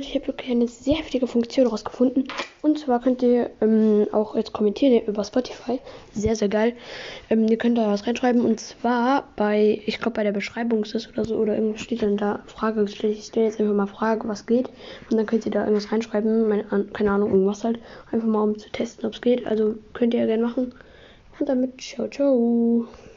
Leute, ich habe wirklich eine sehr heftige Funktion rausgefunden. Und zwar könnt ihr auch jetzt kommentieren über Spotify. Sehr, sehr geil. Ihr könnt da was reinschreiben. Und zwar ich glaube bei der Beschreibung ist das oder so. Oder irgendwo steht dann da Frage gestellt. Ich stelle jetzt einfach mal Frage, was geht. Und dann könnt ihr da irgendwas reinschreiben. Keine Ahnung, irgendwas halt. Einfach mal um zu testen, ob es geht. Also könnt ihr ja gerne machen. Und damit ciao, ciao.